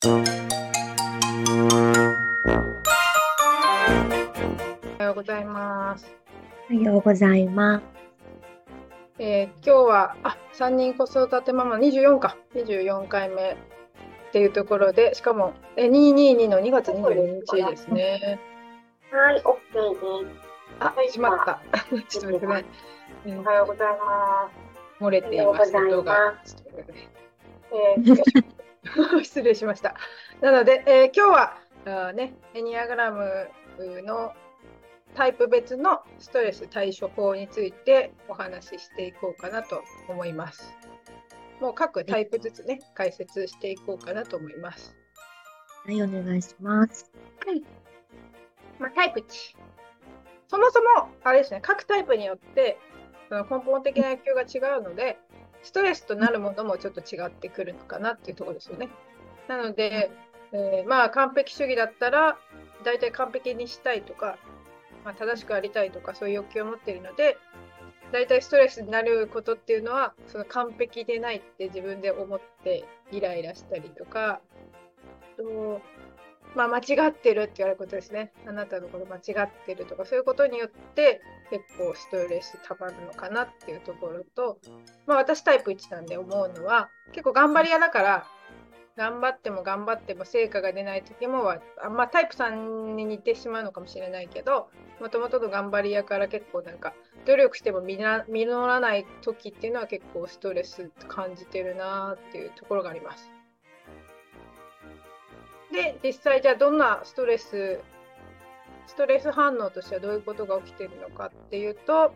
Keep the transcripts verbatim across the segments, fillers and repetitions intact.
おはようございます。 おはようございます。 えー今日は、あ、さんにん子育てママにじゅうよんか、にじゅうよんかいめっていうところで、しかも、え、にひゃくにじゅうにのにがつにじゅうににちですね。 はい、OK です。 あ、しまった。ちょっと待ってください。えーおはようございま漏れす。おています、 はようござい音が。 ます。 ちょっと待ってください。えーよいしょ失礼しました。なので、えー今日は、あーね、エニアグラムのタイプ別のストレス対処法についてお話ししていこうかなと思います。もう各タイプずつね、解説していこうかなと思います。 はい、お願いします。 はい。まあ、タイプいち。そもそも、あれですね、各タイプによってその根本的な影響が違うので、ストレスとなるものもちょっと違ってくるのかなっていうところですよね。なので、えーまあ、完璧主義だったら、大体完璧にしたいとか、まあ、正しくありたいとか、そういう欲求を持っているので、大体ストレスになることっていうのは、その完璧でないって自分で思ってイライラしたりとか、とまあ、間違ってるって言われることですね。あなたのこと間違ってるとか、そういうことによって結構ストレスたまるのかなっていうところと、まあ、私タイプいちなんで思うのは、結構頑張り屋だから、頑張っても頑張っても成果が出ない時もは、あんまタイプさんに似てしまうのかもしれないけど、もともとの頑張り屋から結構なんか、努力しても実らない時っていうのは結構ストレス感じてるなっていうところがあります。で、実際じゃあどんなストレス、ストレス反応としてはどういうことが起きているのかっていうと、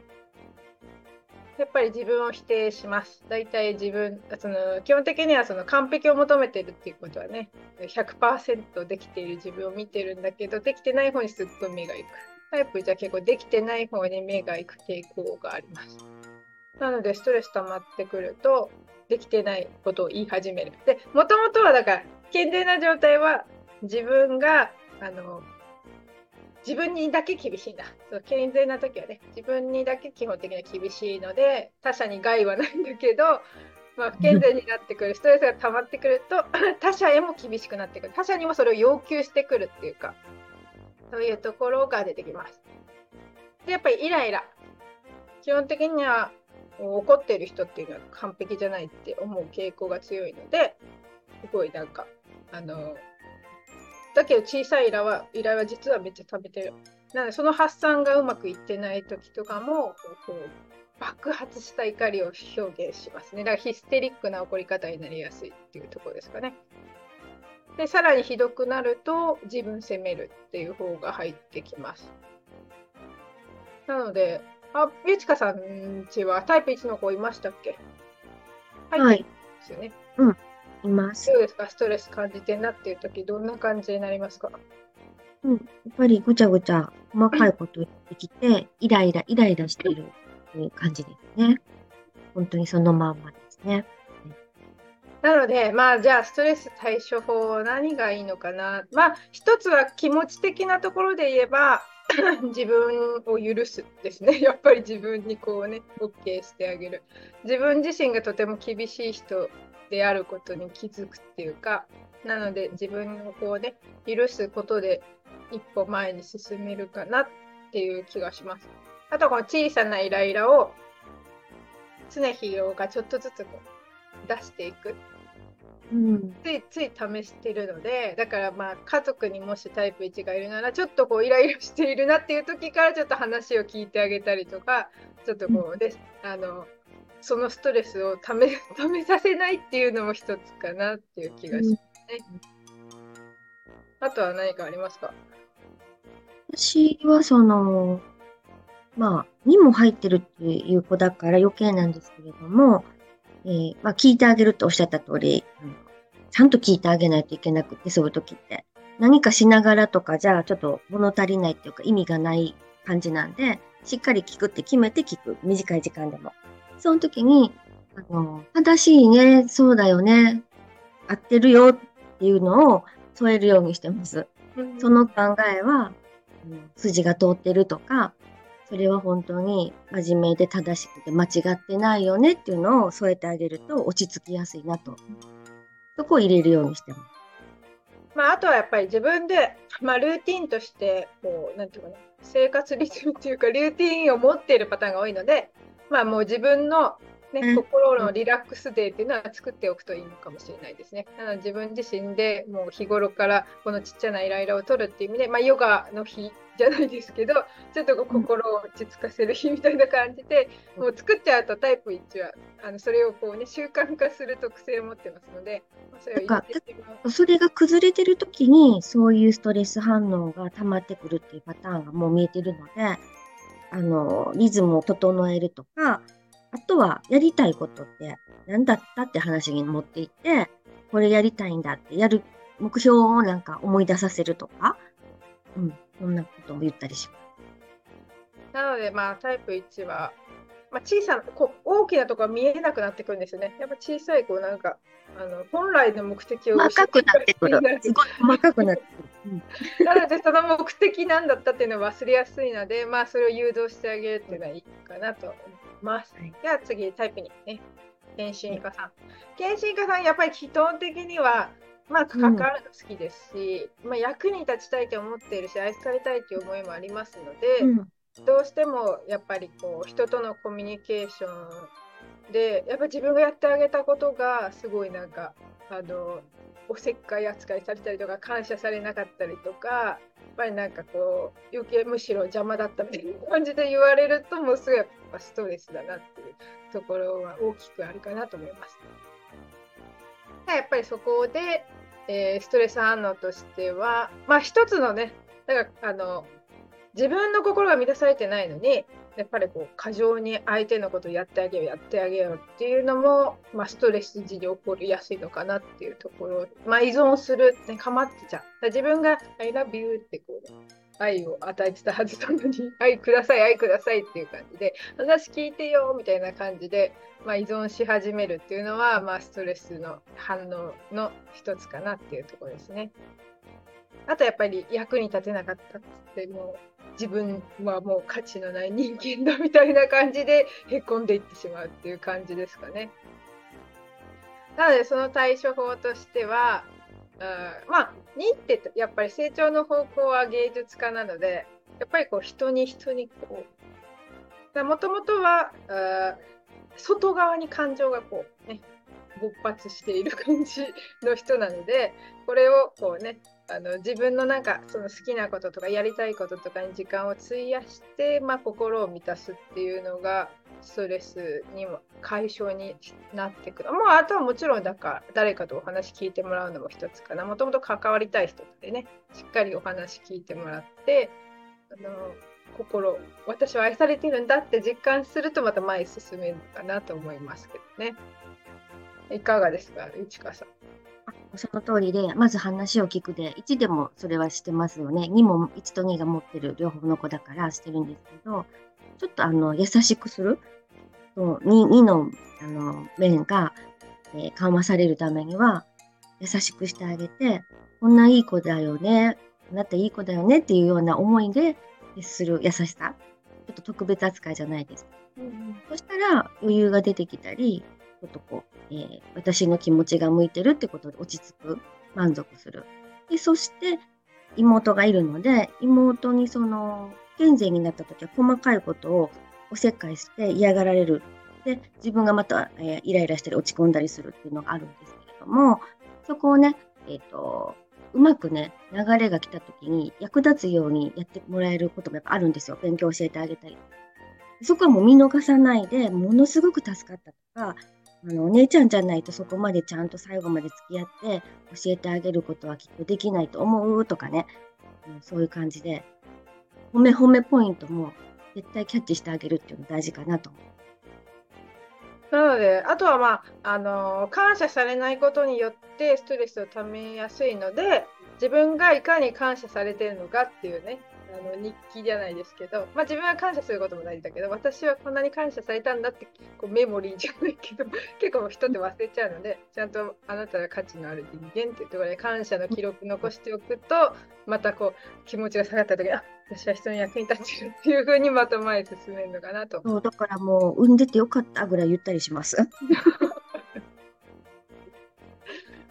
やっぱり自分を否定します。大体自分、その基本的にはその完璧を求めてるっていうことはね、ひゃくパーセントできている自分を見てるんだけど、できてない方にすっごい目がいく。タイプじゃ結構できてない方に目がいく傾向があります。なのでストレス溜まってくると、できてないことを言い始める。で、もともとはだから、健全な状態は自分が、あの、自分にだけ厳しいんだ。そう健全な時はね、自分にだけ基本的には厳しいので、他者に害はないんだけど、まあ、不健全になってくる、ストレスが溜まってくると、他者へも厳しくなってくる。他者にもそれを要求してくるっていうか、そういうところが出てきます。で、やっぱりイライラ。基本的には怒っている人っていうのは完璧じゃないって思う傾向が強いので、すごいなんか、あの、だけど小さいイラは、イラは実はめっちゃ食べてる。なので、その発散がうまくいってない時とかも、こう爆発した怒りを表現しますね。だからヒステリックな怒り方になりやすいっていうところですかね。で、さらにひどくなると自分責めるっていう方が入ってきます。なので、あ、ゆちかさんちはタイプいちの子いましたっけ？入ってるんはい、 ですよね。 うん、います。 どうですか？ストレス感じてんなっていう時、どんな感じになりますか？ うん、やっぱりぐちゃぐちゃ細かいこと言ってきて、イライラ、イライラしてるっていう感じですね。本当にそのまんまですね。 なので、まあ、じゃあ、ストレス対処法、何がいいのかな。まあ、一つは気持ち的なところで言えば、自分を許すですね。やっぱり自分にこうね、OK してあげる。自分自身がとても厳しい人であることに気づくっていうか、なので、自分をこうね、許すことで一歩前に進めるかなっていう気がします。あと、この小さなイライラを常日頃がちょっとずつこう出していく。 うん、 ついつい試してるので、だからまあ家族にもしタイプいちがいるなら、ちょっとこうイライラしているなっていう時からちょっと話を聞いてあげたりとか、ちょっとこうで、あの、そのストレスをため、ためさせないっていうのも一つかなっていう気うん。 がしますね。あとは何かありますか？ 私はその、まあ、にも入ってるっていう子だから余計なんですけれども、えーまあ、聞いてあげるとおっしゃった通り、あのちゃんと聞いてあげないといけなくて、そういう時って。何かしながらとかじゃあちょっと物足りないっていうか意味がない感じなんで、しっかり聞くって決めて聞く。短い時間でも。その時に、あの、正しいね、そうだよね、合ってるよっていうのを添えるようにしてます。 うん。 その考えは、あの筋が通ってるとか、それは本当に真面目で正しくて間違ってないよねっていうのを添えてあげると落ち着きやすいなと。そこを入れるようにしてます。 まあ、あとはやっぱり自分で、まあ、ルーティンとして、こう、なんていうかな、生活リズムっていうか、ルーティンを持っているパターンが多いので、まあ、もう自分の、ね、 うん心のリラックスデーっていうのは作っておくといいのかもしれないですね。なので自分自身でもう日頃からこのちっちゃなイライラを取るっていう意味で、まあ、ヨガの日じゃないですけど、ちょっとこううん心を落ち着かせる日みたいな感じで、もう作っちゃうとタイプいちは、あのそれをこうね、習慣化する特性を持ってますので、まあそれを入れなんか、 てしまう。 それが崩れてる時に、そういうストレス反応が溜まってくるっていうパターンがもう見えてるので、あの、リズムを整えるとか、あとはやりたいことって何だったって話に持っていって、これやりたいんだってやる目標をなんか思い出させるとか、うん、そんなことも言ったりします。 なので、まあ、タイプいちは、まあ、小さな、こう大きなところが見えなくなってくるんですよね。やっぱ小さい、こうなんか、あの本来の目的を失っ細かくなってくる。 ていない。 すごい細かくなってくる。うん、 なので、その目的なんだったっていうのを忘れやすいので、まあ、それを誘導してあげるっていうのはいいかなと思います。 はい。 では次、タイプにね、献身家さん。献身家さん、やっぱり基本的には、まあ、 うん。 関わるの好きですし、まあ、役に立ちたいと思っているし、愛されたいという思いもありますので、 うん。 どうしてもやっぱりこう人とのコミュニケーションで、やっぱ自分がやってあげたことがすごいなんか、あの、おせっかい扱いされたりとか、感謝されなかったりとか、やっぱりなんかこう、余計むしろ邪魔だったみたいな感じで言われると、もうすぐやっぱストレスだなっていうところは大きくあるかなと思います。やっぱりそこで、えーストレス反応としては、まあ一つのね、だからあの自分の心が満たされてないのに、やっぱりこう過剰に相手のことをやってあげよう、やってあげようっていうのも、まあ、ストレス時に起こりやすいのかなっていうところ、まあ、依存する、ね、かまってちゃう。自分が I love you ってこう、ね、愛を与えてたはずなのに、愛ください、愛くださいっていう感じで、話聞いてよみたいな感じで、まあ、依存し始めるっていうのは、まあ、ストレスの反応の一つかなっていうところですね。あとやっぱり役に立てなかったってもう自分はもう価値のない人間だみたいな感じでへこんでいってしまうっていう感じですかね。なのでその対処法としては、うん、まあにってやっぱり成長の方向は芸術家なので、やっぱりこう人に人にこう、もともとは外側に感情がこうね勃発している感じの人なので、これをこうね、あの自分のなんかその好きなこととかやりたいこととかに時間を費やして、まあ、心を満たすっていうのがストレスにも解消になってくる。もうあとはもちろんだから誰かとお話聞いてもらうのも一つかな。もともと関わりたい人でね、しっかりお話聞いてもらって、あの心、私は愛されているんだって実感するとまた前に進めるかなと思いますけどね。いかがですか、いちかさん。 その通りで、まず話を聞くで、いちでもそれはしてますよね。にもいちとにが持ってる両方の子だからしてるんですけど、ちょっとあの優しくする。そう に, にの、あの面が、えー緩和されるためには、優しくしてあげて、こんないい子だよね、あなたいい子だよねっていうような思いで接する優しさ。ちょっと特別扱いじゃないです。 うん、 そしたら余裕が出てきたり、ちょっとこう、えー私の気持ちが向いてるってことで落ち着く、満足する。で、そして妹がいるので、妹にその、不健全になった時は細かいことをおせっかいして嫌がられる。で、自分がまた、えーイライラしたり落ち込んだりするっていうのがあるんですけれども、そこをね、えっと、うまくね、流れが来た時に役立つようにやってもらえることもやっぱあるんですよ。勉強教えてあげたり。そこはもう見逃さないで、ものすごく助かったとか、あの、お姉ちゃんじゃないとそこまでちゃんと最後まで付き合って教えてあげることはきっとできないと思うとかね、うん、そういう感じで、褒め褒めポイントも絶対キャッチしてあげるっていうの大事かなと思う。 なので、あとは、まあ、あの感謝されないことによってストレスをためやすいので、自分がいかに感謝されているのかっていうね、あの日記じゃないですけど、まあ、自分は感謝することも大事だけど、私はこんなに感謝されたんだってこうメモリーじゃないけど、結構人って忘れちゃうので、ちゃんとあなたが価値のある人間っていうところで感謝の記録残しておくと、またこう気持ちが下がった時に、あ、私は人の役に立ってるっていうふうにまた前へ進めるのかなと。 そう、だからもう産んでてよかったぐらい言ったりします。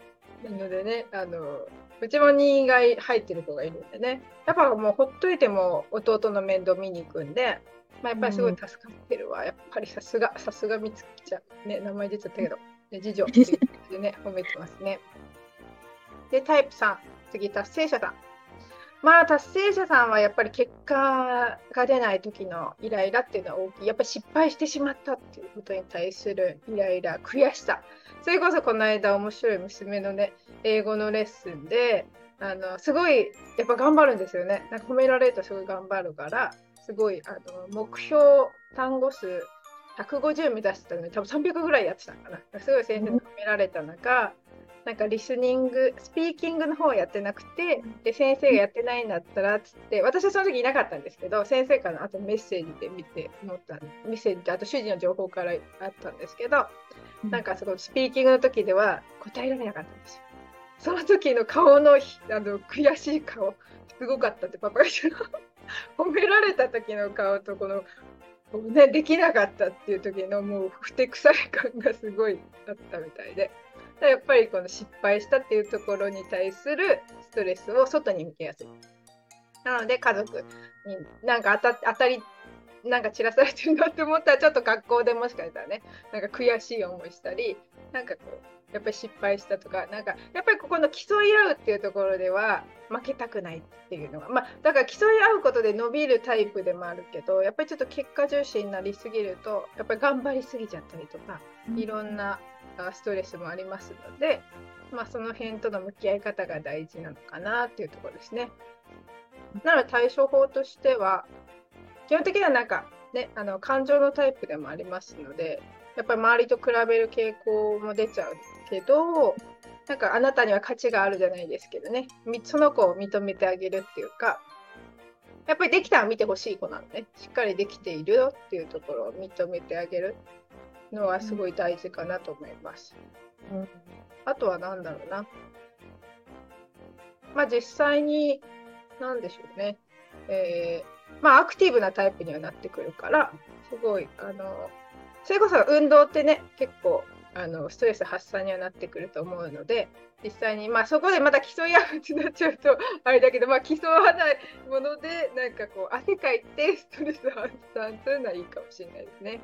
なのでね、あのうちもにが入ってる子がいるんでね、やっぱもうほっといても弟の面倒見に行くんで、まあ、やっぱりすごい助かってるわ。やっぱりさすが、さすがみつきちゃん。ね、名前出ちゃったけど、ね、次女っていう感じでね、褒めてますね。で、タイプさん、次、達成者さん。まあ、達成者さんはやっぱり結果が出ない時のイライラっていうのは大きい。やっぱり失敗してしまったっていうことに対するイライラ、悔しさ。それこそこの間面白い娘のね、英語のレッスンで、あのすごいやっぱ頑張るんですよね。なんか褒められるとすごい頑張るから、すごいあの目標単語数ひゃくごじゅう目指してたのに多分さんびゃくぐらいやってたのかな。すごい先生に褒められた中、なんかリスニング、スピーキングの方をやってなくて、で先生がやってないんだったらっつって、私はその時いなかったんですけど、先生からあとメッセージで見て思ったメッセージであと主人の情報からあったんですけど、なんかそのスピーキングの時では答えられなかったんですよ。その時の顔のあの悔しい顔、すごかったってパパが言って褒められた時の顔とこの、ね、できなかったっていう時のもうふてくさい感がすごいあったみたいで、やっぱりこの失敗したっていうところに対するストレスを外に向けやすい。なので家族になんか当た当たりなんか散らされてるなって思ったら、ちょっと学校でもしかしたらね、なんか悔しい思いしたり、なんかこうやっぱり失敗したとか、なんかやっぱりここの競い合うっていうところでは負けたくないっていうのが、まあだから競い合うことで伸びるタイプでもあるけど、やっぱりちょっと結果重視になりすぎると、やっぱり頑張りすぎちゃったりとか、いろんなストレスもありますので、まあその辺との向き合い方が大事なのかなっていうところですね。なので対処法としては、基本的にはなんかね、あの感情のタイプでもありますので、やっぱり周りと比べる傾向も出ちゃうけど、なんかあなたには価値があるじゃないですけどね、その子を認めてあげるっていうか、やっぱりできたら見てほしい子なのね、しっかりできているよっていうところを認めてあげるのはすごい大事かなと思います。うん、あとは何だろうな。まあ実際に何でしょうね。えー、まあアクティブなタイプにはなってくるから、すごいあのそれこそ運動ってね、結構あのストレス発散にはなってくると思うので、実際にまあそこでまた競い合うってなっちゃうとあれだけど、まあ競わないものでなんかこう汗かいてストレス発散するのはいいかもしれないですね。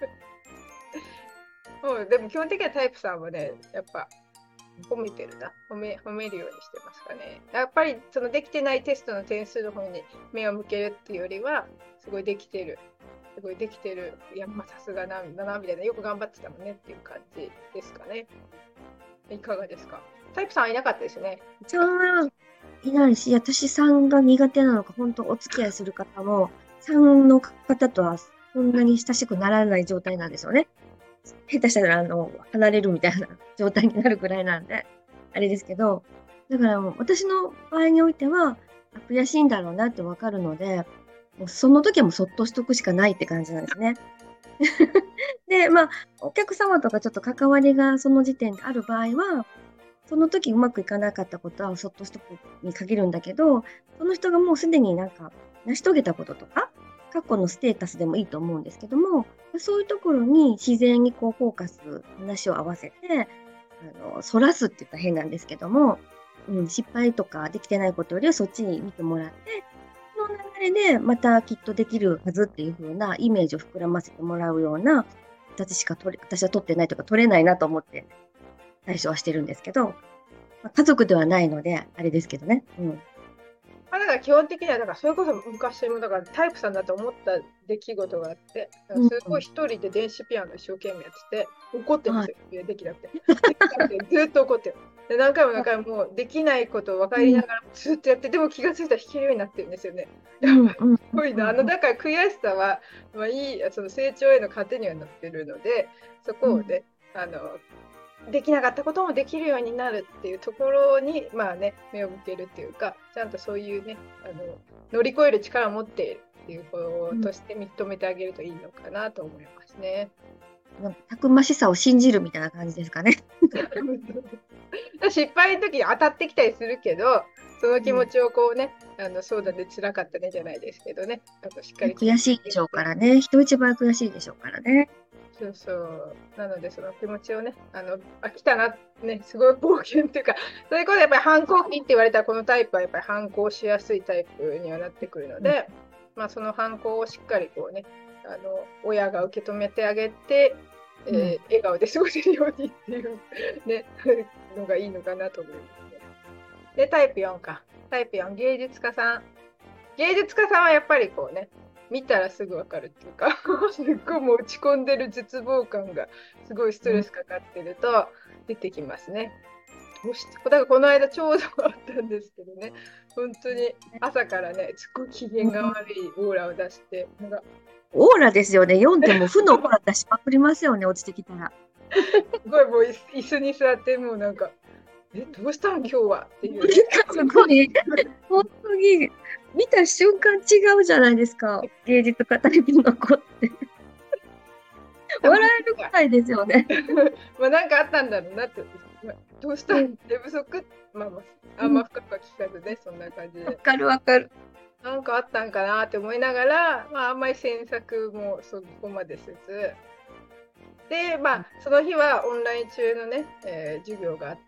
もうでも基本的にはタイプさんはね、やっぱ褒めてるな、褒め、褒めるようにしてますかね。やっぱりそのできてないテストの点数の方に目を向けるっていうよりは、すごいできてる、すごいできてる、いや、まあさすがなんだな、みたいな、よく頑張ってたもんねっていう感じですかね。いかがですか？タイプさんはいなかったですね。 さんはいないし、私さんが苦手なのか、本当お付き合いする方も、さんの方とはそんなに親しくならない状態なんですよね。下手したら、あの、離れるみたいな状態になるぐらいなんで、あれですけど、だからもう私の場合においては、悔しいんだろうなってわかるので、もうその時はもうそっとしとくしかないって感じなんですね。で、まあ、お客様とかちょっと関わりがその時点である場合は、その時うまくいかなかったことはそっとしとくに限るんだけど、その人がもうすでになんか成し遂げたこととか、過去のステータスでもいいと思うんですけども、そういうところに自然にこうフォーカス、話を合わせて、あの、そらすって言ったら変なんですけども、うん、失敗とかできてないことよりはそっちに見てもらって、その流れでまたきっとできるはずっていう風なイメージを膨らませてもらうような、私しか取れ、私は取ってないとか取れないなと思って対処はしてるんですけど、まあ、家族ではないので、あれですけどね。うん。 まあ、だから基本的には、だからそれこそ昔もだからタイプさんだと思った出来事があって、すごい一人で電子ピアノ一生懸命やってて、怒ってるんですよ、はい、できなくて。ずっと怒ってる。で何回も何回もできないことを分かりながらずっとやって、でも気がついたら弾けるようになってるんですよね。やっぱりすごいな。あのだから悔しさは、まあ、いいその成長への糧にはなってるので、そこをね、あのできなかったこともできるようになるっていうところに、まあね、目を向けるっていうか、ちゃんとそういうね、あの乗り越える力を持っているっていうこととして認めてあげるといいのかなと思いますね。 うん、たくましさを信じるみたいな感じですかね。 失敗の時に当たってきたりするけど、その気持ちをこうね、うん、あのそうだね、辛かったねじゃないですけどね、あとしっかり悔しいでしょうからね、人一倍悔しいでしょうからね。 そうそう。なので、その気持ちをね、あの、あ、来たな、ね、すごい冒険っていうか、そういうことでやっぱり反抗期って言われたら、このタイプはやっぱり反抗しやすいタイプにはなってくるので、まあ、その反抗をしっかりこうね、あの、親が受け止めてあげて、えーうん笑顔で過ごせるようにっていうね、のがいいのかなと思いますね。で、タイプよんか。タイプよん、芸術家さん。芸術家さんはやっぱりこうね、見たらすぐわかるっていうか、すっごいもう落ち込んでる絶望感が、すごいストレスかかってると出てきますね。どうしてだからこの間ちょうどあったんですけどね、本当に朝からね、すっごい機嫌が悪いオーラを出して、なんかオーラですよね。読んでも負のオーラ出しまくりますよね、落ちてきたら。 すごいもう椅子に座って、もうなんか、え、どうしたん今日はっていう。 すごい、本当に、見た瞬間違うじゃないですか。芸術家タイプの子って。笑えるくらいですよね。 まあなんかあったんだろうなって。どうしたん寝不足、まあまあ、あんま深くは聞かずね、そんな感じで。 わかるわかる。 なんかあったんかなって思いながら、まあ、あんまり詮索もそこまでせず。で、まあ、その日はオンライン中のね、えー授業があって、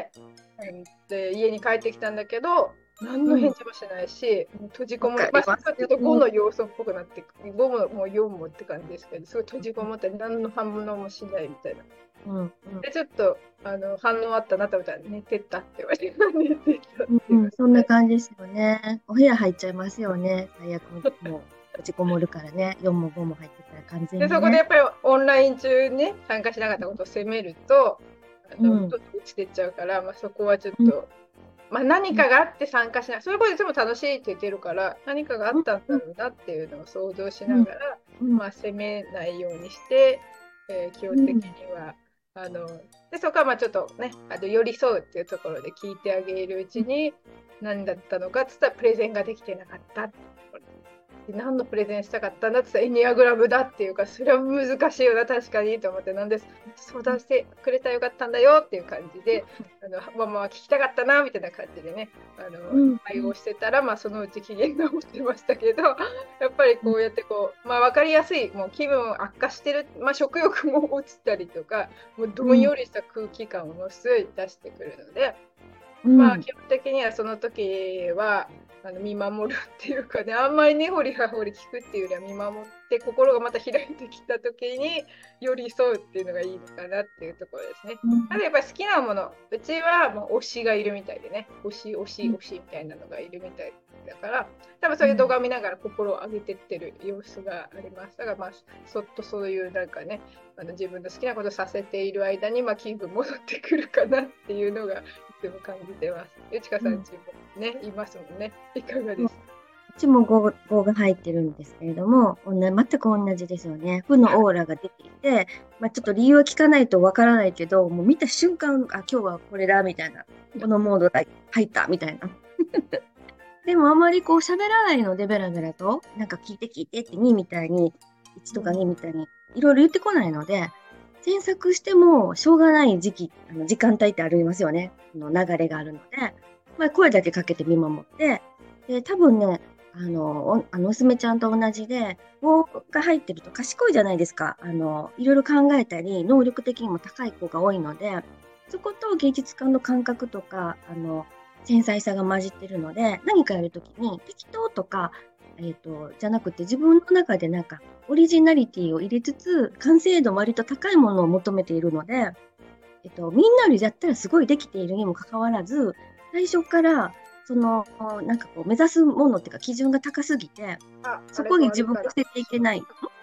で、家に帰ってきたんだけど、何の返事もしないし、もう閉じこもる、まあ、ちょっとごの要素っぽくなってくる、ごももうよんもって感じですけど、すごい閉じこもって何の反応もしないみたいな。 うんうんで、ちょっとあの反応あったなと思ったら、寝てたって言われて、寝てたってうんうん、 言われて。 そんな感じですよね。お部屋入っちゃいますよね。最悪もう閉じこもるからね。よんもごも入ってたら完全で、 にね。 そこでやっぱりオンライン中にね、参加しなかったことを責めると、あのうんちょっと落ちてっちゃうから、まあ、そこはちょっうんと、まあ、何かがあって参加しない、そういうことでも楽しいって言ってるから、何かがあったんだろうなっていうのを想像しながら、 うんまあ、責めないようにして、えー基本的には、あのでそこはまあちょっとね、あの寄り添うっていうところで聞いてあげるうちに、何だったのかって言ったらプレゼンができてなかったって。何のプレゼンしたかったんだって言ったらエニアグラムだっていうか、それは難しいよな、確かにと思って、なんで相談してくれたらよかったんだよっていう感じで、あのママは聞きたかったなみたいな感じでね、あの、 うん、 対応してたら、まあ、そのうち機嫌が持ってましたけど、やっぱりこうやってこう、まあ、分かりやすい、もう気分悪化してる、まあ、食欲も落ちたりとか、もうどんよりした空気感をものすごい出してくるので、 うん、 まあ、基本的にはその時はあの見守るっていうかね、あんまり根掘り葉掘り聞くっていうよりは見守って心がまた開いてきた時に寄り添うっていうのがいいのかなっていうところですね。 うんあとやっぱり好きなもの、うちはもう推しがいるみたいでね、推し推し推しみたいなのがいるみたいだから、多分そういう動画を見ながら心を上げてってる様子があります。だからまあそっとそういうなんかね、あの自分の好きなことをさせている間にまあ気分戻ってくるかなっていうのがいつも感じてます。ゆちかさんちもね、いますもんね。いかがですか？ うちもご、ごが入ってるんですけれども、同じ全く同じですよね。負のオーラが出ていて、まあ、ちょっと理由は聞かないとわからないけど、もう見た瞬間、あ、今日はこれだ、みたいな。このモードが入った、みたいな。でもあまりこう喋らないので、ベラベラと、なんか聞いて聞いてってにみたいに、いちとかにみたいに、いろいろ言ってこないので、詮索してもしょうがない時期、あの時間帯ってありますよね。の流れがあるので、まあ、声だけかけて見守って、で、多分ね、あの、おあの娘ちゃんと同じで、子が入ってると賢いじゃないですか。あの、いろいろ考えたり、能力的にも高い子が多いので、そこと芸術家の感覚とか、あの、繊細さが混じってるので、何かやるときに適当とか、えっと、じゃなくて自分の中でなんかオリジナリティを入れつつ、完成度割と高いものを求めているので、えっと、みんなよりやったらすごいできているにもかかわらず、最初からその、なんかこう、目指すものっていうか基準が高すぎて、 あ、 そこに自分が捨てていけない。んん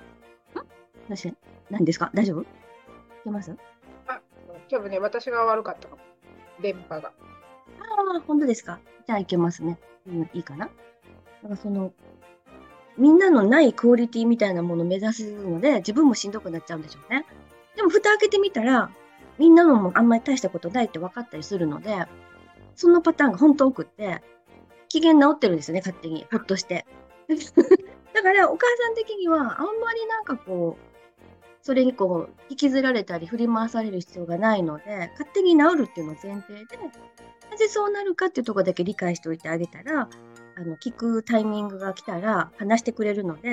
何ですか？大丈夫？いけます？ あ、多分ね、私が悪かったかも。電波が。 ああ、本当ですか？じゃあいけますね。うん、いいかな。なんかその、みんなのないクオリティみたいなものを目指すので、自分もしんどくなっちゃうんでしょうね。でも、蓋開けてみたら、みんなのもあんまり大したことないって分かったりするので、そのパターンが本当多くって、機嫌治ってるんですよね、勝手に。ほっとして。だから、お母さん的には、あんまりなんかこう、それにこう、引きずられたり振り回される必要がないので、勝手に治るっていうのが前提で、なぜそうなるかっていうところだけ理解しておいてあげたら、あの、聞くタイミングが来たら話してくれるので、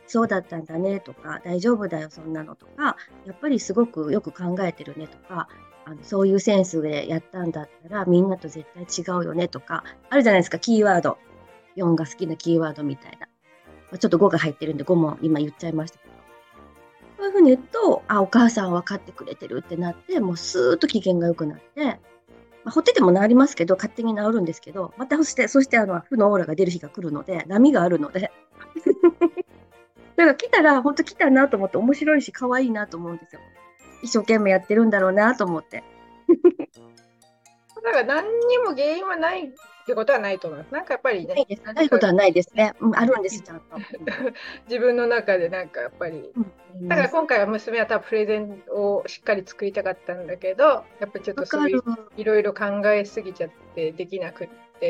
そうだったんだねとか、大丈夫だよそんなのとか、やっぱりすごくよく考えてるねとか、あのそういうセンスでやったんだったらみんなと絶対違うよねとか、あるじゃないですか、キーワード。よんが好きなキーワードみたいな。まあちょっとごが入ってるんでごも今言っちゃいましたけど。そういうふうに言うと、あ、お母さん分かってくれてるってなって、もうスーッと機嫌が良くなって、まあ、ほってても治りますけど、勝手に治るんですけど、またそして、そしてあの、負のオーラが出る日が来るので、波があるので、だから来たら、本当来たなと思って、面白いし、可愛いなと思うんですよ。一生懸命やってるんだろうなと思って。 だから何にも原因はないってことはないと思います。なんかやっぱりね、 ないです。ないことはないですね。うん、あるんです、ちゃんと。 自分の中でなんかやっぱり、 うん、 だから今回は娘は多分プレゼンをしっかり作りたかったんだけど、やっぱりちょっとそういういろいろ考えすぎちゃってできなくって、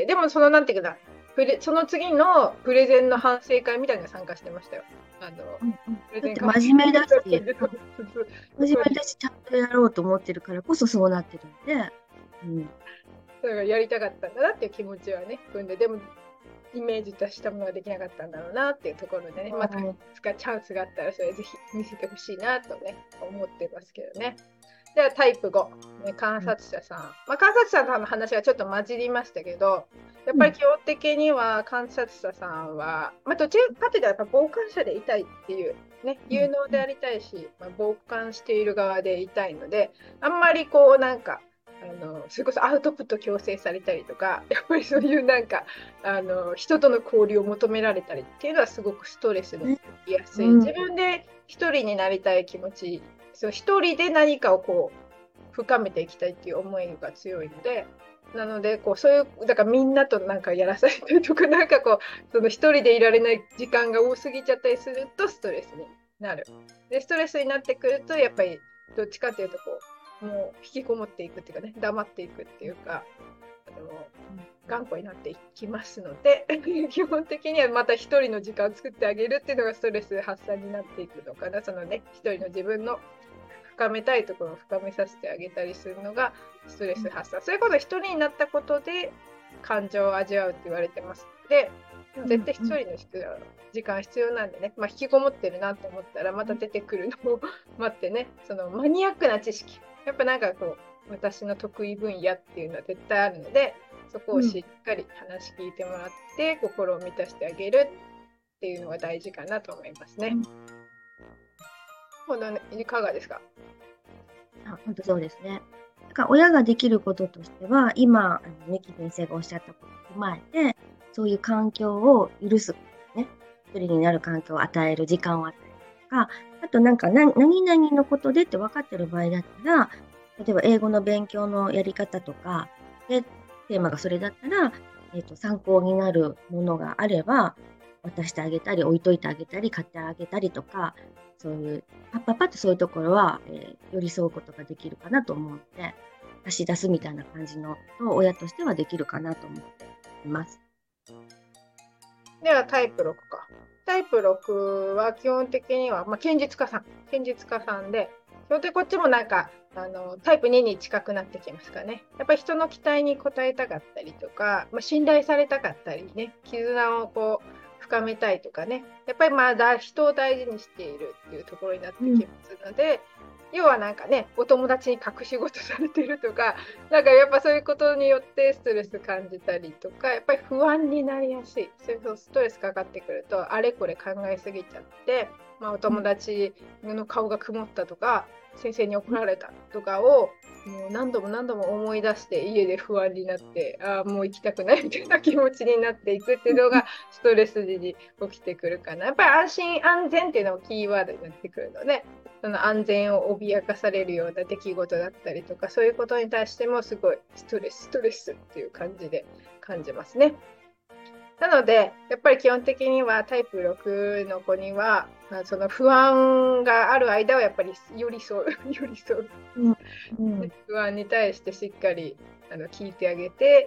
でもそのなんていうかな、プレその次のプレゼンの反省会みたいなの参加してましたよ。あの、 うんうん、 プレゼンだって真面目だし、真面目目だし、ちゃんとやろうと思ってるからこそそうなってるんで、うん、 だからやりたかったんだなっていう気持ちはね、組んで、でもイメージとしたものができなかったんだろうなっていうところでね、またチャンスがあったらそれぜひ見せてほしいなとね、思ってますけどね。ではタイプご、ね、観察者さん。まあ、観察者さんの話がちょっと混じりましたけど、やっぱり基本的には観察者さんは、まあ、どちらかというとやっぱ傍観者でいたいっていう、ね、有能でありたいし、まあ、傍観している側でいたいので、あんまりこうなんか、あのそれこそアウトプット強制されたりとか、やっぱりそういうなんかあの人との交流を求められたりっていうのはすごくストレスになりやすい。自分で一人になりたい気持ち、そう一人で何かをこう深めていきたいっていう思いが強いので、なのでこうそういうだからみんなとなんかやらされたりとか、なんかこうその一人でいられない時間が多すぎちゃったりするとストレスになる。でストレスになってくるとやっぱりどっちかというとこうもう引きこもっていくっていうかね、黙っていくっていうか、あの頑固になっていきますので、基本的にはまた一人の時間を作ってあげるっていうのがストレス発散になっていくのかな。そのね、一人の自分の深めたいところを深めさせてあげたりするのがストレス発散。そういうこと一人になったことで感情を味わうって言われてますので、絶対一人の時間必要なんでね、まあ、引きこもってるなと思ったらまた出てくるのを待ってね、そのマニアックな知識、やっぱなんかこう私の得意分野っていうのは絶対あるので、そこをしっかり話聞いてもらって、うん、心を満たしてあげるっていうのが大事かなと思いますね。ほんとね、いかがですか？ あ、本当そうですね。だから親ができることとしては、今、ミキ先生がおっしゃったことを踏まえて、そういう環境を許す、ね、一人になる環境を与える、時間を与えるとか、あとなんか何、何々のことでって分かってる場合だったら、例えば英語の勉強のやり方とか、で、テーマがそれだったら、えっと、参考になるものがあれば、渡してあげたり、置いといてあげたり、買ってあげたりとか、そういう、パッパッパってそういうところは、えー、寄り添うことができるかなと思うので、貸し出すみたいな感じのと、親としてはできるかなと思っています。 では、タイプろくか。タイプろくは基本的には、まあ、堅実家さん。堅実家さんで、基本的にこっちもなんか、あのタイプにに近くなってきますかね。やっぱり人の期待に応えたかったりとか、まあ、信頼されたかったりね、絆をこう深めたいとかね、やっぱりまだ人を大事にしているっていうところになってきますので、うん、要はなんかね、お友達に隠し事されてるとか、なんかやっぱそういうことによってストレス感じたりとか、やっぱり不安になりやすい。そういうストレスかかってくると、あれこれ考えすぎちゃって、まあ、お友達の顔が曇ったとか、先生に怒られたとかをもう何度も何度も思い出して家で不安になって、ああもう行きたくないみたいな気持ちになっていくっていうのがストレス時に起きてくるかな。やっぱり安心安全っていうのもキーワードになってくるので、その安全を脅かされるような出来事だったりとか、そういうことに対してもすごいストレスストレスっていう感じで感じますね。なのでやっぱり基本的にはタイプろくの子にはその不安がある間はやっぱり寄り添う寄り添う、うんうん、不安に対してしっかりあの聞いてあげて、あ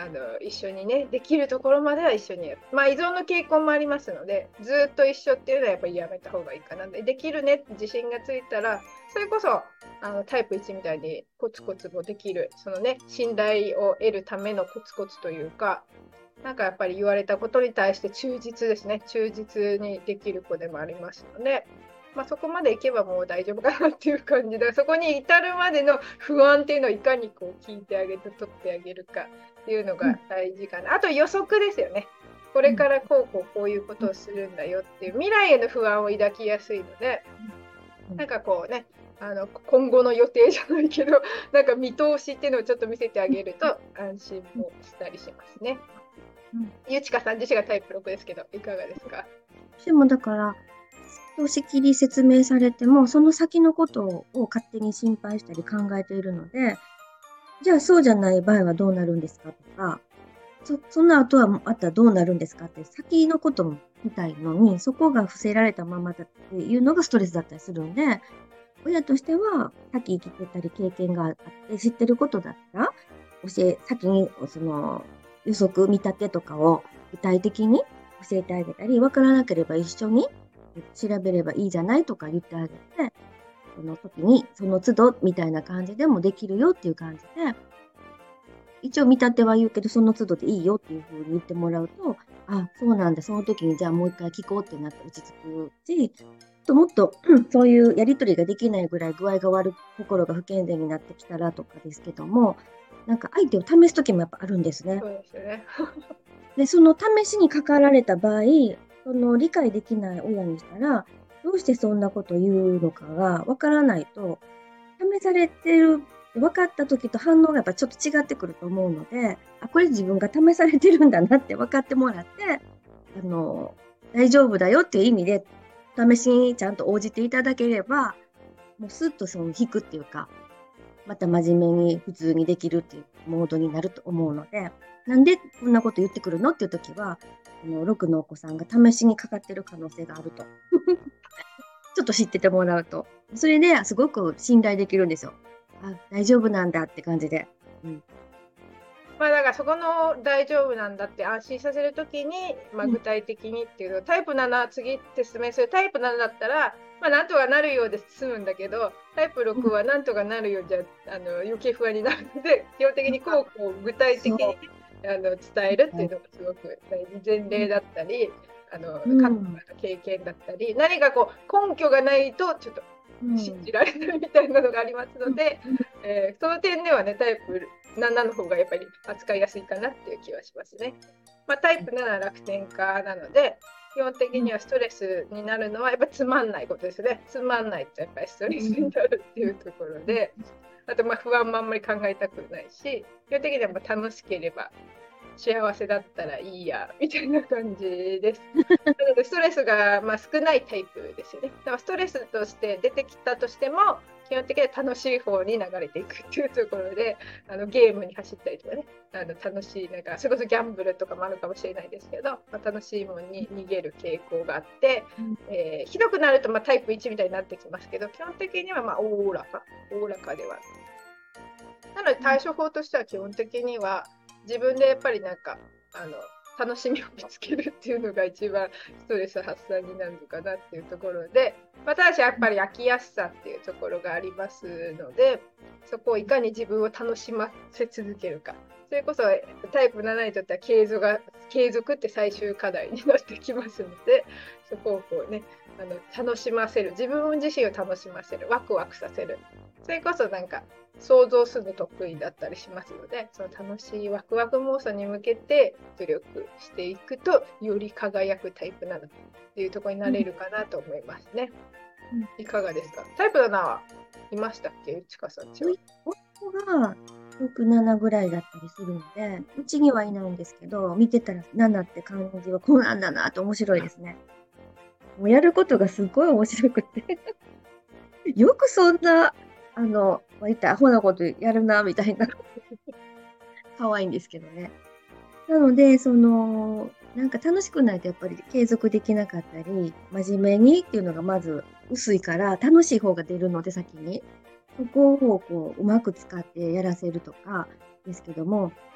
あの一緒にね、できるところまでは一緒にやる。まあ依存の傾向もありますので、ずっと一緒っていうのはやっぱりやめた方がいいかな。で、できるねって自信がついたら、それこそあのタイプいちみたいにコツコツもできる、そのね、信頼を得るためのコツコツというか、なんかやっぱり言われたことに対して忠実ですね。忠実にできる子でもありますので、まあ、そこまでいけばもう大丈夫かなっていう感じで、そこに至るまでの不安っていうのをいかにこう聞いてあげて取ってあげるかっていうのが大事かな。あと予測ですよね。これからこうこうこういうことをするんだよっていう未来への不安を抱きやすいので、なんかこうね、あの今後の予定じゃないけど、なんか見通しっていうのをちょっと見せてあげると安心もしたりしますね。ゆちかさん自身がタイプろくですけど、いかがですか？ でもだから、としきり説明されても、その先のことを勝手に心配したり考えているので、じゃあそうじゃない場合はどうなるんですかとか、そその後はまたどうなるんですかって先のことも見たいのに、そこが伏せられたままだっていうのがストレスだったりするんで、親としては先生きてたり経験があって知ってることだったら、教え、先にその予測、見立てとかを具体的に教えてあげたり、わからなければ一緒に調べればいいじゃないとか言ってあげて、その時にその都度みたいな感じでもできるよっていう感じで、一応見立ては言うけど、その都度でいいよっていうふうに言ってもらうと、あ、そうなんだ、その時にじゃあもう一回聞こうってなって落ち着くし、ともっと、うん、そういうやりとりができないぐらい具合が悪く、心が不健全になってきたらとかですけども、なんか相手を試す時もやっぱあるんですね。 そうですよね。 で、その試しにかかられた場合、その理解できない親にしたら、どうしてそんなこと言うのかがわからないと、試されてる、分かった時と反応がやっぱちょっと違ってくると思うので、あ、これ自分が試されてるんだなって分かってもらって、あの、大丈夫だよっていう意味で、試しにちゃんと応じていただければ、もうスッとその引くっていうか、また真面目に普通にできるっていうモードになると思うので、なんでこんなこと言ってくるのっていう時は、あのろくのお子さんが試しにかかってる可能性があると。ちょっと知っててもらうと。それですごく信頼できるんですよ。あ、大丈夫なんだって感じで。うん、 まあだからそこの大丈夫なんだって安心させるときに、まあ、具体的にっていうの、うん、タイプなな、次説明するタイプななだったら、まあ、なんとかなるようで済むんだけど、タイプろくはなんとかなるようじゃあの余計不安になるので、基本的にこうこう具体的にあの伝えるっていうのがすごく大事。前例だったり、あの過去の経験だったり、何かこう根拠がないとちょっと信じられないみたいなのがありますので、うんえー、その点ではね、タイプななの方がやっぱり扱いやすいかなっていう気はしますね。まあ、タイプななは楽天家なので、基本的にはストレスになるのはやっぱりつまんないことですね。つまんないとやっぱりストレスになるっていうところで、あとまあ不安もあんまり考えたくないし、基本的には楽しければ幸せだったらいいやみたいな感じです。なのでストレスがまあ少ないタイプですよね。だからストレスとして出てきたとしても基本的には楽しい方に流れていくっていうところで、あのゲームに走ったりとかね、あの楽しいなんかそれこそギャンブルとかもあるかもしれないですけど、まあ、楽しいものに逃げる傾向があって、えー、ひどくなるとまあタイプいちみたいになってきますけど、基本的にはまあおおらか、おおらかではなので対処法としては基本的には自分でやっぱりなんかあの楽しみを見つけるっていうのが一番ストレス発散になるのかなっていうところで、まあ、ただしやっぱり飽きやすさっていうところがありますので、そこをいかに自分を楽しませ続けるか。それこそタイプななにとっては継続が継続って最終課題になってきますので、そこをこうねあの楽しませる、自分自身を楽しませる、ワクワクさせる、それこそなんか想像するの得意だったりしますので、その楽しいワクワク妄想に向けて努力していくとより輝くタイプなのっていうところになれるかなと思いますね。うん、いかがですか？タイプななはいましたっけ？うちかさんちは。 夫がろく、ななぐらいだったりするので、うちにはいないんですけど、見てたらななって感じはこうなんだなと面白いですね。もうやることがすごい面白くてよくそんな、あの、まあ、言ったらアホなことやるな、みたいな。可愛いんですけどね。なので、その、なんか楽しくないとやっぱり継続できなかったり、真面目にっていうのがまず薄いから楽しい方が出るので先に。そこをこう、うまく使ってやらせるとかですけども、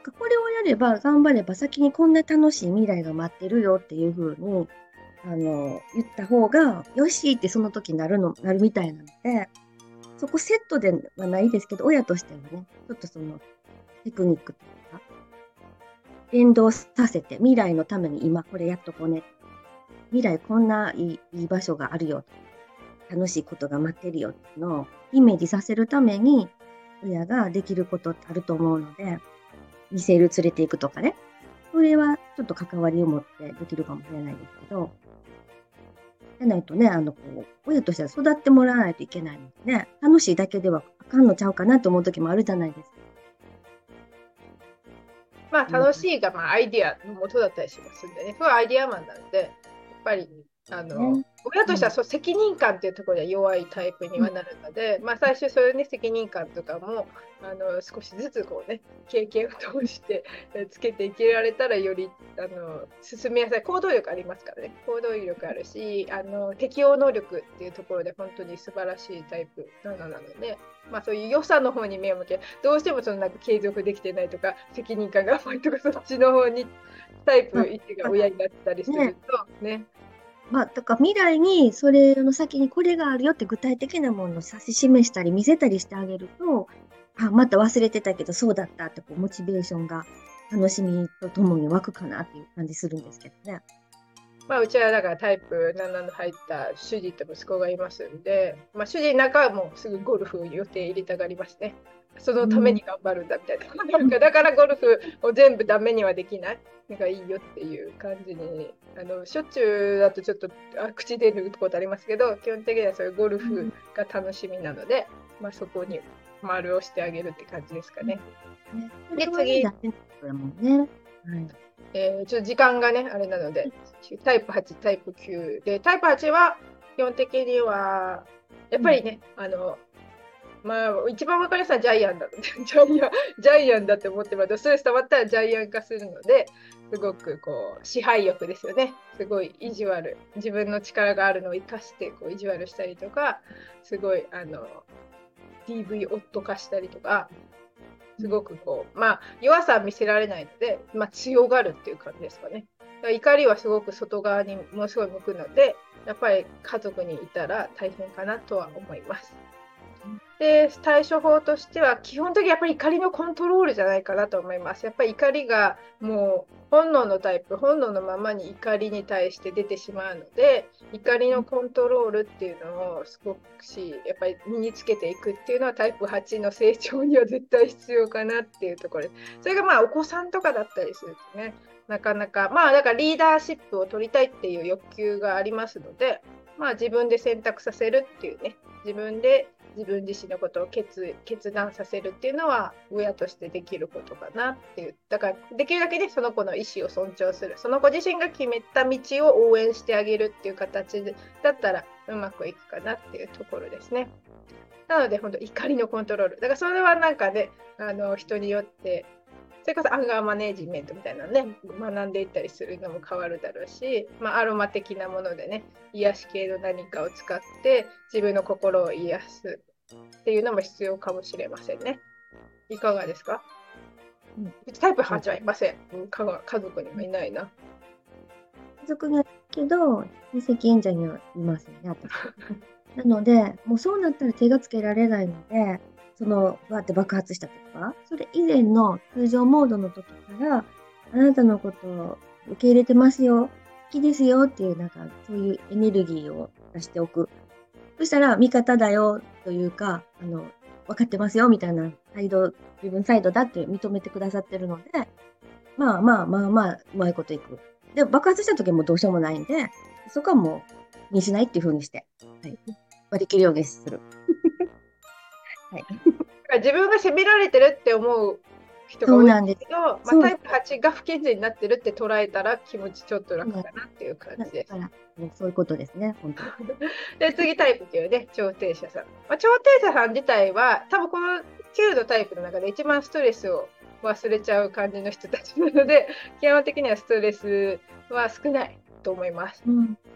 かこれをやれば、頑張れば先にこんな楽しい未来が待ってるよっていうふうに、あの、言った方が、よしってその時なるの、なるみたいなので、そこセットではないですけど、親としてはね、ちょっとそのテクニックとか、連動させて、未来のために今これやっとこうね。未来こんないい、いい場所があるよ。楽しいことが待ってるよっていうのをイメージさせるために、親ができることってあると思うので、見せる、連れていくとかね。それはちょっと関わりを持ってできるかもしれないですけど、じゃないとね、あの、こう、親としては育ってもらわないといけないのでね、楽しいだけではあかんのちゃうかなと思う時もあるじゃないですか。 まあ、楽しいが、まあ、アイディアの元だったりしますんでね、すごいアイディアマンなので、やっぱり、あの、 ね、 親としてはそう責任感っていうところでは弱いタイプにはなるので、うん、まあ、最初そういうね、責任感とかも、あの、少しずつこうね、経験を通してつけていけられたら、より、あの、進みやすい。行動力ありますからね。行動力あるし、あの、適応能力っていうところで本当に素晴らしいタイプなので、まあ、そういう良さの方に目を向け、どうしてもそのなんか継続できてないとか、責任感が甘いとか、そっちの方にタイプいちが親になったりするとね。ね、 まあ、だから未来にそれの先にこれがあるよって具体的なものを指し示したり見せたりしてあげると、あ、また忘れてたけどそうだったってこうモチベーションが楽しみとともに湧くかなっていう感じするんですけどね。 まあ、うちはだからタイプななの入った主人と息子がいますんで、まあ、主人なんかはもうすぐゴルフ予定入れたがりますね。そのために頑張るんだみたいな。うん、だからゴルフを全部ダメにはできない。なんかいいよっていう感じに、あのしょっちゅうだとちょっとあ口で抜くことありますけど、基本的にはそういうゴルフが楽しみなので、まあ、そこに丸をしてあげるって感じですかね。 うん、で、次。はいえー、ちょっと時間がね、あれなので、タイプはち、タイプきゅうで、タイプはちは基本的には、やっぱりね、うん、あの、まあ、一番分かりやすいのはジャイアンだジャイアン、ジャイアンだって思ってますと、ストレス溜まったらジャイアン化するので、すごくこう、支配欲ですよね。すごい意地悪。自分の力があるのを生かして、こう、意地悪したりとか、すごい、あの、ディーブイ 夫化したりとか、すごくこう、まあ、弱さは見せられないので、まあ、強がるっていう感じですかね。だから怒りはすごく外側にものすごい向くので、やっぱり家族にいたら大変かなとは思います。で、対処法としては、基本的にやっぱり怒りのコントロールじゃないかなと思います。やっぱり怒りがもう本能のタイプ、本能のままに怒りに対して出てしまうので、怒りのコントロールっていうのを少しやっぱり身につけていくっていうのはタイプはちの成長には絶対必要かなっていうところです。それがまあお子さんとかだったりするとね、なかなか、まあだからリーダーシップを取りたいっていう欲求がありますので、まあ自分で選択させるっていうね、自分で自分自身のことを 決, 決断させるっていうのは親としてできることかなっていう。だからできるだけね、その子の意思を尊重する。その子自身が決めた道を応援してあげるっていう形だったらうまくいくかなっていうところですね。なので本当怒りのコントロール。だからそれはなんかね、あの人によってそれこそアンガーマネジメントみたいなのね、学んでいったりするのも変わるだろうし、まあ、アロマ的なものでね、癒し系の何かを使って自分の心を癒すっていうのも必要かもしれませんね。いかがですか？うん、タイプはちはいません。家族にはいないな。 家族にはけど、親戚演者にはいますよね、私。なので、もうそうなったら手がつけられないので、その、わーって爆発したとか、それ以前の通常モードの時から、あなたのことを受け入れてますよ、好きですよっていう、なんか、そういうエネルギーを出しておく。そしたら、味方だよというか、あの、分かってますよみたいな態度、自分サイドだって認めてくださってるので、まあまあまあまあ、うまいこといく。で、爆発した時はもうどうしようもないんで、そこはもう気にしないっていう風にして、はい、割り切るようにする。 はい、自分が責められてるって思う人が多いんですけど、まあ、タイプはちが不健全になってるって捉えたら気持ちちょっと楽かなっていう感じです。 そういうことですね、本当に。 で、次タイプきゅうね、調停者さん。まあ、調停者さん自体は、多分このきゅうのタイプの中で一番ストレスを忘れちゃう感じの人たちなので、基本的にはストレスは少ないと思います。 うん、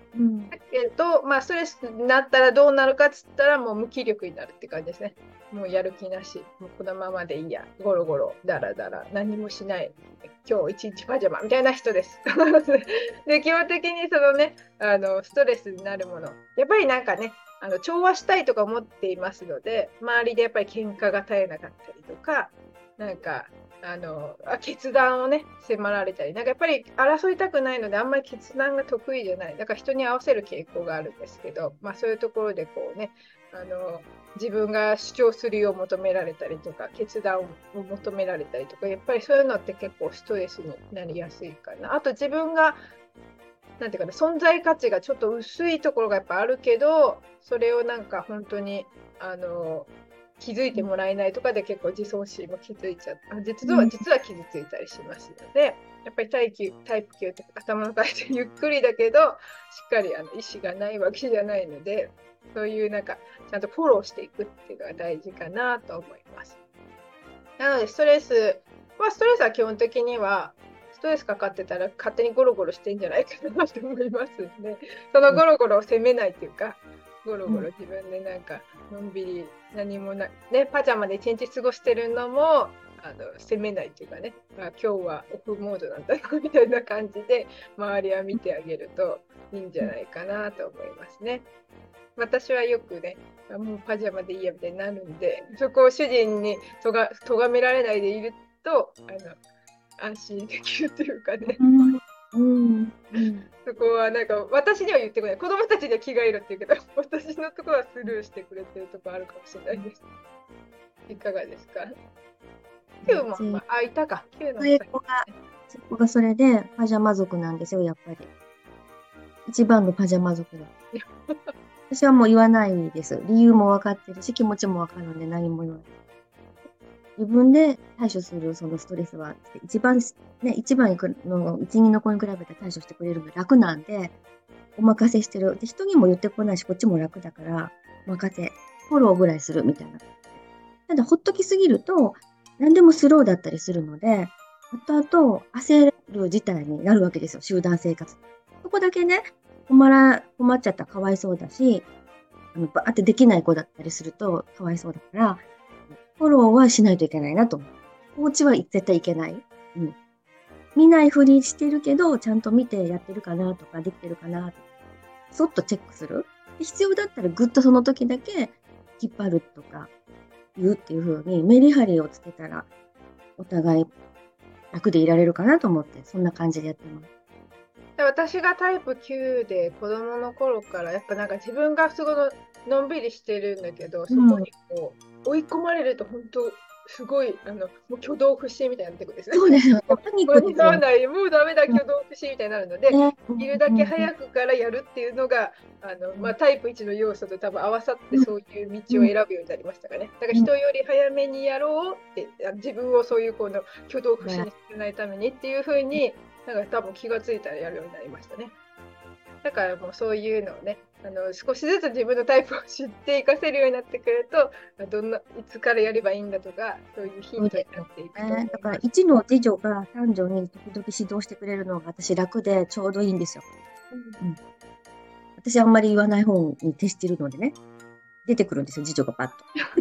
うん。 だけど、まあ、ストレスになったらどうなるかっつったら、もう無気力になるって感じですね。もうやる気なし。もうこのままでいいや。ゴロゴロ、だらだら、何もしない。今日一日パジャマみたいな人です。で、基本的にそのね、あの、ストレスになるもの。やっぱりなんかね、あの調和したいとか思っていますので、周りでやっぱり喧嘩が絶えなかったりとか、なんか、あのあ決断をね迫られたり、なんかやっぱり争いたくないのであんまり決断が得意じゃない、だから人に合わせる傾向があるんですけど、まあ、そういうところでこうね、あの自分が主張するよう求められたりとか決断を求められたりとか、やっぱりそういうのって結構ストレスになりやすいかな。あと自分がなんていうかな、存在価値がちょっと薄いところがやっぱあるけど、それをなんか本当にあの気づいてもらえないとかで結構自尊心も傷ついちゃった、実は実は傷ついたりしますので、やっぱりタイプタイプきゅうって頭の回転ゆっくりだけどしっかりあの意思がないわけじゃないので、そういうなんかちゃんとフォローしていくっていうのが大事かなと思います。なのでストレスはストレスは基本的にはストレスかかってたら勝手にゴロゴロしてんじゃないかなと思いますので、そのゴロゴロを責めないというか、ゴロゴロ自分でなんかのんびり何もなね、パジャマで一日過ごしてるのもあの責めないというかね、まあ、今日はオフモードなんだなみたいな感じで周りは見てあげるといいんじゃないかなと思いますね。私はよくね、もうパジャマでいいやみたいになるんで、そこを主人にとが咎められないでいるとあの安心できるというかね。 うんうん、 そこはなんか私には言ってくれない。子供たちには着替えろって言うけど、私のところはスルーしてくれてるところあるかもしれないです。いかがですか？キューも、まあ、あ、いたか。キューの末っ子が、末っ子がそれでパジャマ族なんですよ、やっぱり。一番のパジャマ族だ。私はもう言わないです。理由も分かってるし、気持ちも分かるんで何も言わない。自分で対処するそのストレスは、一番、ね、一番の一人の子に比べて対処してくれるのが楽なんで、お任せしてる。で、人にも言ってこないし、こっちも楽だから、お任せ、フォローぐらいするみたいな。ただ、ほっときすぎると、何でもスローだったりするので、後々焦る事態になるわけですよ、集団生活。そこだけね、困ら、困っちゃったらかわいそうだし、あの、バーってできない子だったりするとかわいそうだから、フォローはしないといけないなと思う。放置は絶対いけない。うん。見ないふりしてるけど、ちゃんと見てやってるかなとか、できてるかなとか、そっとチェックする。で必要だったらぐっとその時だけ引っ張るとか言うっていう風にメリハリをつけたら、お互い楽でいられるかなと思って、そんな感じでやってます。 私がタイプきゅうで子供の頃からやっぱなんか自分がすごいのんびりしてるんだけど、そこにこう追い込まれると本当すごいあのもう挙動不審みたいになってくるんですね。 そうですよね。パニックですよね。 ない、もうダメだ、挙動不審みたいになるので、 ね、 できるだけ早くからやるっていうのがあの、まあ、タイプいちの要素と多分合わさってそういう道を選ぶようになりましたかね。だから人より早めにやろうって自分をそういうこの挙動不審にさせないためにっていうふうになんか多分気がついたらやるようになりましたね。だからもうそういうのをね、あの少しずつ自分のタイプを知っていかせるようになってくると、どんないつからやればいいんだとか、そういうヒントになっていくと思います。 ね、だから一の次女が三女に時々指導してくれるのが私楽でちょうどいいんですよ。うんうん、私あんまり言わない方に徹してるのでね、出てくるんですよ、次女がパッと。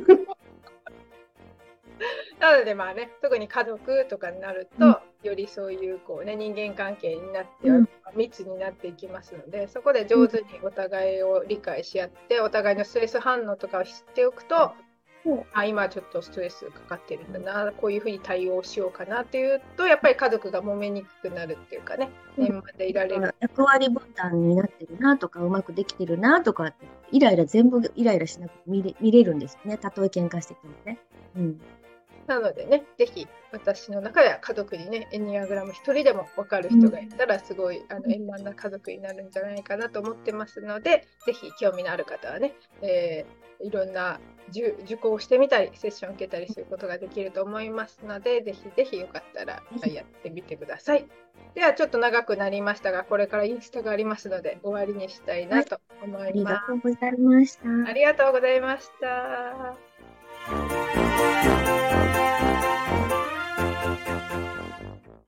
なのでまあね、特に家族とかになると、うん、よりそういうこう、ね、人間関係になって、うん、密になっていきますので、そこで上手にお互いを理解し合って、お互いのストレス反応とかを知っておくと、うん、あ今ちょっとストレスかかってるんだな、こういうふうに対応しようかなっていうと、やっぱり家族が揉めにくくなるっていうかね、円満でいられる。 役割分担になってるなとか、うまくできてるなとかって、イライラ全部イライラしなくて見れ見れるんですよね、たとえ喧嘩しててもね。うん、 なのでね、ぜひ私の中では家族にね、エニアグラム一人でも分かる人がいたら、すごい、うん、あの円満な家族になるんじゃないかなと思ってますので、ぜひ興味のある方はね、えー、いろんな受講してみたり、セッション受けたりすることができると思いますので、ぜひぜひよかったらやってみてください。ではちょっと長くなりましたが、これからインスタがありますので、終わりにしたいなと思います。 はい、ありがとうございました。 ありがとうございました。